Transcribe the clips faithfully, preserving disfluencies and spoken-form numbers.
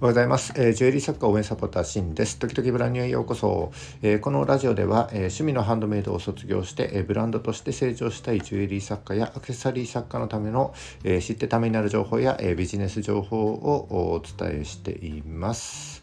おはようございます、えー、ジュエリー作家応援サポーターシンです。時々ブランニューへようこそ。えー、このラジオでは、えー、趣味のハンドメイドを卒業して、えー、ブランドとして成長したいジュエリー作家やアクセサリー作家のための、えー、知ってためになる情報や、えー、ビジネス情報をお伝えしています。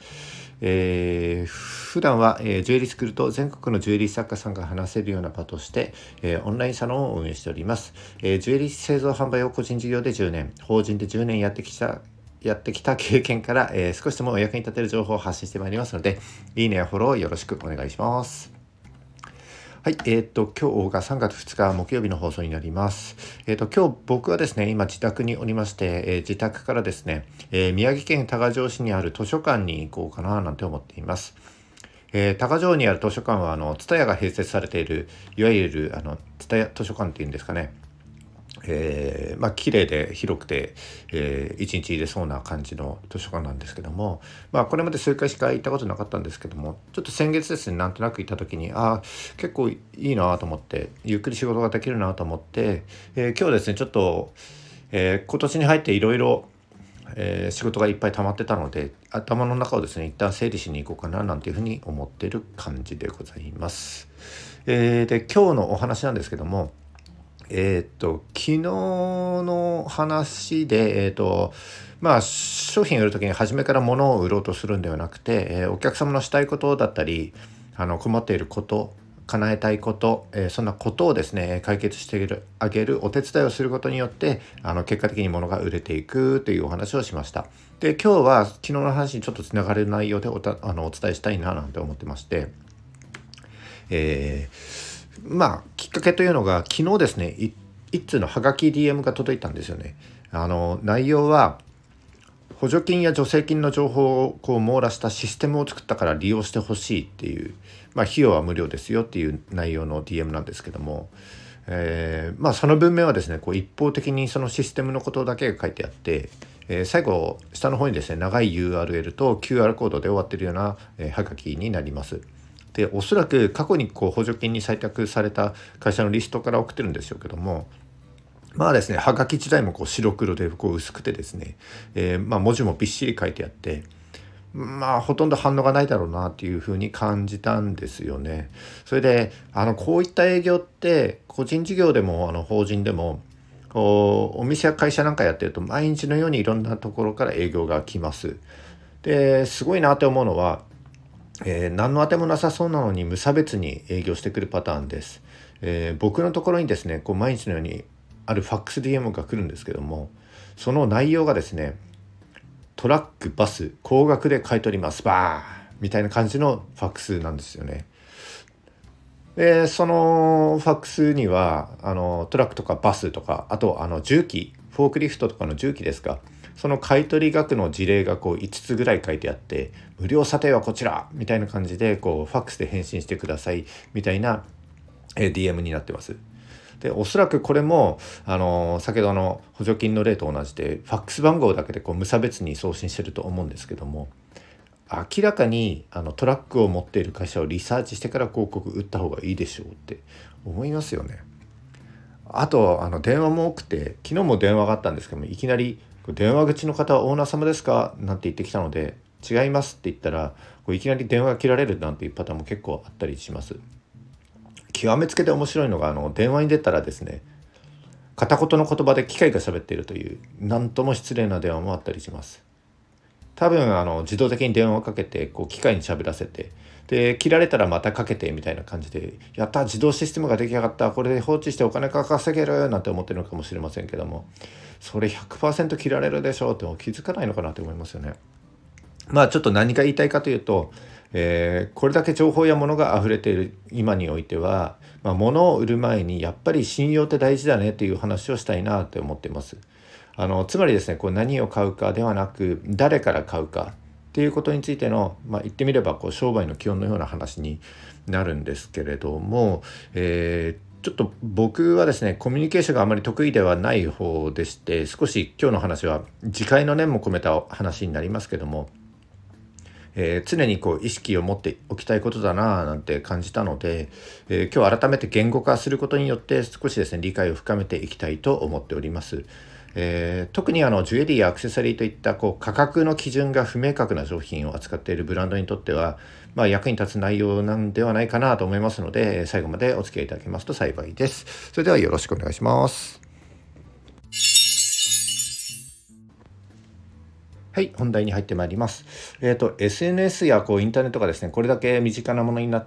えー、普段は、えー、ジュエリースクールと全国のジュエリー作家さんが話せるような場として、えー、オンラインサロンを運営しております。えー、ジュエリー製造販売を個人事業でじゅうねん、法人でじゅうねんやってきたやってきた経験から、えー、少しでもお役に立てる情報を発信してまいりますので、いいねやフォローよろしくお願いします。はい、えー、っと今日がさんがつふつか木曜日の放送になります。えー、っと今日僕はですね、今自宅におりまして、えー、自宅からですね、えー、宮城県多賀城市にある図書館に行こうかななんて思っています。えー、多賀城にある図書館はあの蔦屋が併設されている、いわゆるあの蔦屋図書館っていうんですかね。えー、まあ綺麗で広くて、えー、一日入れそうな感じの図書館なんですけども、まあこれまで数回しか行ったことなかったんですけども、ちょっと先月ですね、なんとなく行った時にああ結構いいなと思って、ゆっくり仕事ができるなと思って、えー、今日ですねちょっと、えー、今年に入っていろいろ仕事がいっぱい溜まってたので、頭の中をですね一旦整理しに行こうかななんていうふうに思っている感じでございます。えー、で今日のお話なんですけども、えー、っと昨日の話で、えー、っとまあ商品を売るときに初めから物を売ろうとするんではなくて、えー、お客様のしたいことだったり、あの困っていること、叶えたいこと、えー、そんなことをですね解決してあげるお手伝いをすることによって、あの結果的に物が売れていくというお話をしました。で今日は昨日の話にちょっとつながる内容でおたあのお伝えしたいななんて思ってまして、えーまあきっかけというのが、昨日ですねい一通のハガキ ディーエム が届いたんですよね。あの内容は補助金や助成金の情報をこう網羅したシステムを作ったから利用してほしいっていう、まあ費用は無料ですよっていう内容の ディーエム なんですけども、えー、まあその文面はですねこう一方的にそのシステムのことだけが書いてあって、えー、最後下の方にですね長い ユーアールエル と キューアール コードで終わっているような、えー、ハガキになります。でおそらく過去にこう補助金に採択された会社のリストから送ってるんでしょうけども、まあですねはがき自体もこう白黒でこう薄くてですね、えー、まあ文字もびっしり書いてあって、まあほとんど反応がないだろうなっていうふうに感じたんですよね。それであのこういった営業って個人事業でもあの法人でもこうお店や会社なんかやってると毎日のようにいろんなところから営業が来ます。ですごいなって思うのは、えー、何のあてもなさそうなのに無差別に営業してくるパターンです。えー、僕のところにですねこう毎日のようにあるファックス ディーエム が来るんですけども、その内容がですねトラックバス高額で買い取りますバーみたいな感じのファックスなんですよね。でそのファックスにはあのトラックとかバスとか、あとあの重機フォークリフトとかの重機ですか、その買取額の事例がこういつつぐらい書いてあって、無料査定はこちらみたいな感じでこうファックスで返信してくださいみたいな ディーエム になってます。でおそらくこれもあの先ほどの補助金の例と同じでファックス番号だけでこう無差別に送信してると思うんですけども、明らかにあのトラックを持っている会社をリサーチしてから広告打った方がいいでしょうって思いますよね。あとあの電話も多くて、昨日も電話があったんですけども、いきなり電話口の方はオーナー様ですかなんて言ってきたので、違いますって言ったらこういきなり電話が切られるなんていうパターンも結構あったりします。極めつけて面白いのが、あの電話に出たらですね片言の言葉で機械が喋っているという、なんとも失礼な電話もあったりします。多分あの自動的に電話をかけてこう機械に喋らせて、で切られたらまたかけてみたいな感じで、やった自動システムが出来上がった、これで放置してお金が稼げるなんて思ってるのかもしれませんけども、それ ひゃくパーセント 切られるでしょうって気づかないのかなと思いますよね。まあちょっと何が言いたいかというと、えー、これだけ情報や物が溢れている今においては、まあ、物を売る前にやっぱり信用って大事だねっていう話をしたいなって思っています。あのつまりですねこう何を買うかではなく誰から買うかっていうことについての、まあ、言ってみればこう商売の基本のような話になるんですけれども、えー、ちょっと僕はですねコミュニケーションがあまり得意ではない方でして、少し今日の話は自戒の念も込めた話になりますけども、えー、常にこう意識を持っておきたいことだななんて感じたので、えー、今日改めて言語化することによって少しですね理解を深めていきたいと思っております。 えー特にあのジュエリーやアクセサリーといったこう価格の基準が不明確な商品を扱っているブランドにとっては、まあ、役に立つ内容なんではないかなと思いますので、最後までお付き合いいただけますと幸いです。それではよろしくお願いします。はい、本題に入ってまいります。えっと、エスエヌエス やこうインターネットがですね、これだけ身近なものになって、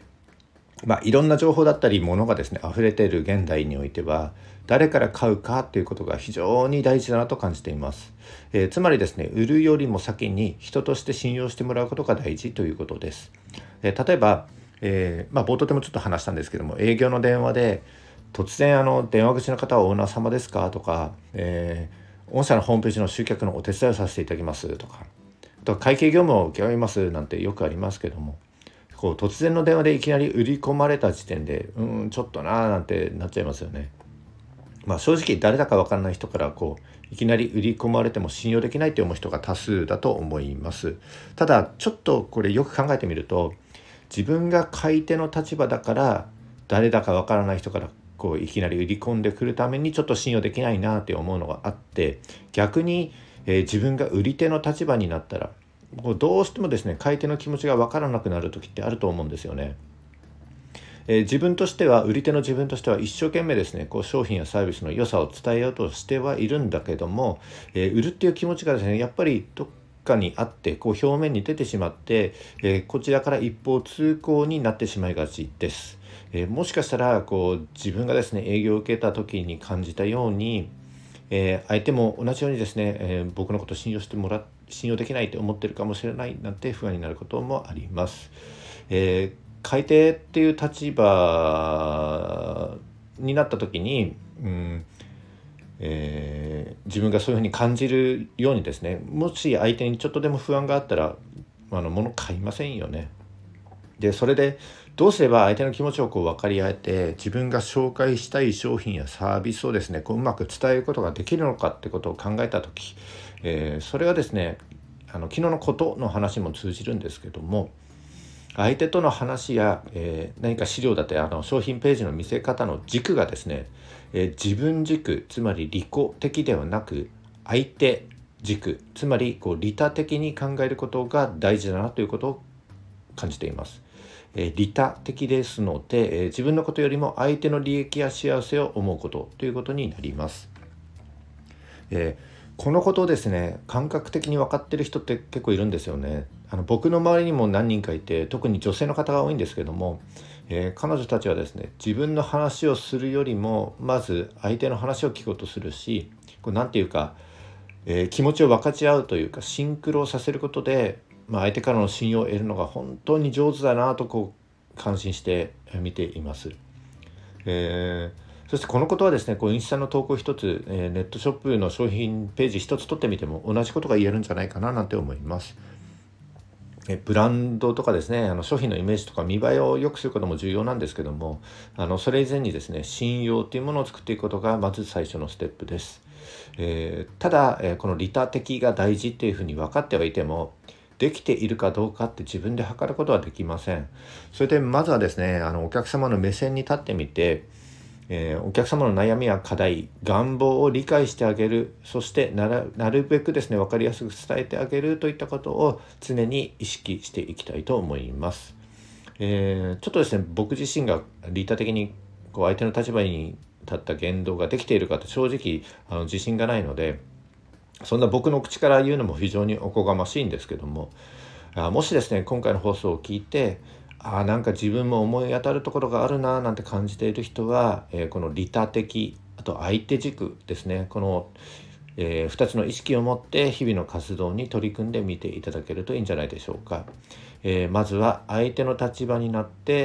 まあ、いろんな情報だったり物がですね溢れている現代においては、誰から買うかということが非常に大事だなと感じています。えーつまりですね、売るよりも先に人として信用してもらうことが大事ということです。えー例えば、えーまあ、冒頭でもちょっと話したんですけども、営業の電話で突然あの電話口の方はオーナー様ですかとか、えー御社のホームページの集客のお手伝いをさせていただきますとか、あと会計業務を請け負いますなんてよくありますけども、こう突然の電話でいきなり売り込まれた時点でうーんちょっとなーなんてなっちゃいますよね。まあ正直誰だか分からない人からこういきなり売り込まれても信用できないと思う人が多数だと思います。ただちょっとこれよく考えてみると、自分が買い手の立場だから誰だか分からない人からこういきなり売り込んでくるためにちょっと信用できないなって思うのがあって、逆に、えー自分が売り手の立場になったらこうどうしてもですね買い手の気持ちが分からなくなる時ってあると思うんですよね。えー自分としては売り手の自分としては一生懸命ですねこう商品やサービスの良さを伝えようとしてはいるんだけども、えー売るっていう気持ちがですねやっぱりどっかにあってこう表面に出てしまって、えーこちらから一方通行になってしまいがちです。えーもしかしたらこう自分がですね営業を受けた時に感じたように、えー相手も同じようにですね、えー僕のことを信用してもら信用できないと思ってるかもしれないなんて不安になることもあります。えー買い手っていう立場になった時に、うんえー自分がそういうふうに感じるようにですね、もし相手にちょっとでも不安があったらあの物買いませんよね。でそれでどうすれば相手の気持ちをこう分かり合えて、自分が紹介したい商品やサービスをですねこううまく伝えることができるのかってことを考えた時、えーそれはですねあの昨日のことの話も通じるんですけども、相手との話や、えー何か資料だってあの商品ページの見せ方の軸がですね、えー自分軸つまり利己的ではなく相手軸つまりこう利他的に考えることが大事だなということを感じています。えー利他的ですので、えー自分のことよりも相手の利益や幸せを思うことということになります。えーこのことをですね感覚的に分かっている人って結構いるんですよね。あの僕の周りにも何人かいて、特に女性の方が多いんですけども、えー彼女たちはですね自分の話をするよりもまず相手の話を聞こうとするし、こうなんていうか、えー気持ちを分かち合うというかシンクロさせることで、まあ、相手からの信用を得るのが本当に上手だなとこう感心して見ています。えーそしてこのことはですねこうインスタの投稿一つ、えーネットショップの商品ページ一つ取ってみても同じことが言えるんじゃないかななんて思います。えブランドとかですねあの商品のイメージとか見栄えを良くすることも重要なんですけども、あのそれ以前にですね信用というものを作っていくことがまず最初のステップです。えーただ、えーこの利他的が大事っていうふうに分かってはいても、できているかどうかって自分で測ることはできません。それでまずはですねあのお客様の目線に立ってみて、えーお客様の悩みや課題願望を理解してあげる、そしてならなるべくですね分かりやすく伝えてあげるといったことを常に意識していきたいと思います。えーちょっとですね僕自身が利他的にこう相手の立場に立った言動ができているかって正直あの自信がないので、そんな僕の口から言うのも非常におこがましいんですけども、あもしですね今回の放送を聞いて、あなんか自分も思い当たるところがあるななんて感じている人は、えーこの利他的、あと相手軸ですね、この、えふたつの意識を持って日々の活動に取り組んでみていただけるといいんじゃないでしょうか。えーまずは相手の立場になって、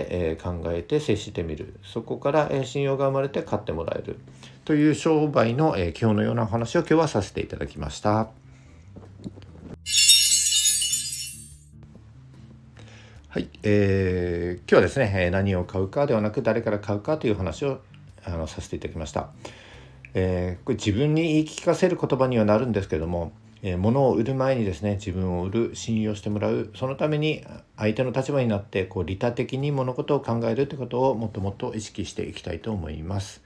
えー考えて接してみる、そこから、えー信用が生まれて買ってもらえるという商売の、えー基本のようなお話を今日はさせていただきました。はい、えー今日はですね、えー何を買うかではなく誰から買うかという話をあのさせていただきました。えーこれ自分に言い聞かせる言葉にはなるんですけども、えー物を売る前にですね自分を売る、信用してもらう、そのために相手の立場になってこう利他的に物事を考えるということをもっともっと意識していきたいと思います。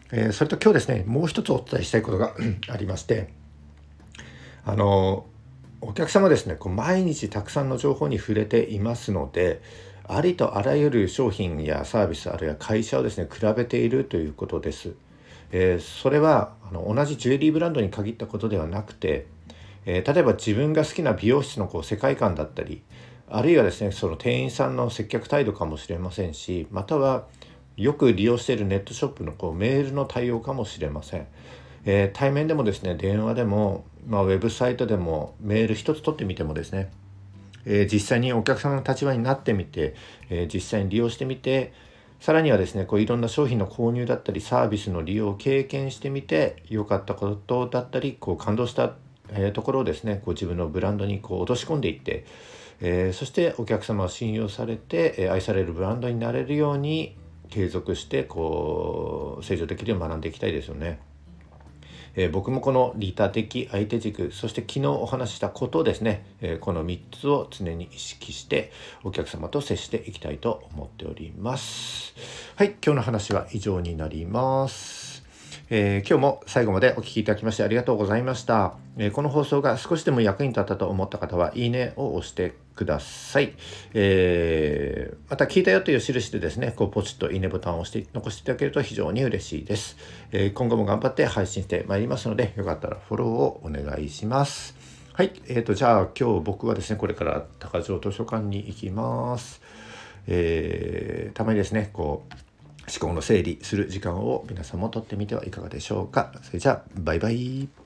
えー、それと今日ですね、もう一つお伝えしたいことがありまして、あのお客様ですね、こう毎日たくさんの情報に触れていますので、ありとあらゆる商品やサービス、あるいは会社をですね比べているということです。えー、それはあの同じジュエリーブランドに限ったことではなくて、えー、例えば自分が好きな美容室のこう世界観だったり、あるいはですねその店員さんの接客態度かもしれませんし、またはよく利用しているネットショップのこうメールの対応かもしれません。えー、対面でもですね、電話でも、まあ、ウェブサイトでもメール一つ取ってみてもですね、えー、実際にお客様の立場になってみて、えー、実際に利用してみて、さらにはですねこういろんな商品の購入だったりサービスの利用を経験してみて良かったことだったりこう感動した、えー、ところをですねこう自分のブランドにこう落とし込んでいって、えー、そしてお客様を信用されて、えー、愛されるブランドになれるように継続してこう成長できるように学んでいきたいですよね。えー、僕もこの利他的相手軸、そして昨日お話ししたことですね、えー、このみっつを常に意識してお客様と接していきたいと思っております。はい、今日の話は以上になります。えー、今日も最後までお聞きいただきましてありがとうございました。えー、この放送が少しでも役に立ったと思った方はいいねを押してください。えー、また聞いたよという印でですね、こうポチッといいねボタンを押して残していただけると非常に嬉しいです。えー、今後も頑張って配信してまいりますので、よかったらフォローをお願いします。はい、えーとじゃあ今日僕はですねこれから高城図書館に行きます。えー、たまにですねこう思考の整理する時間を皆さんもとってみてはいかがでしょうか。それじゃあバイバイ。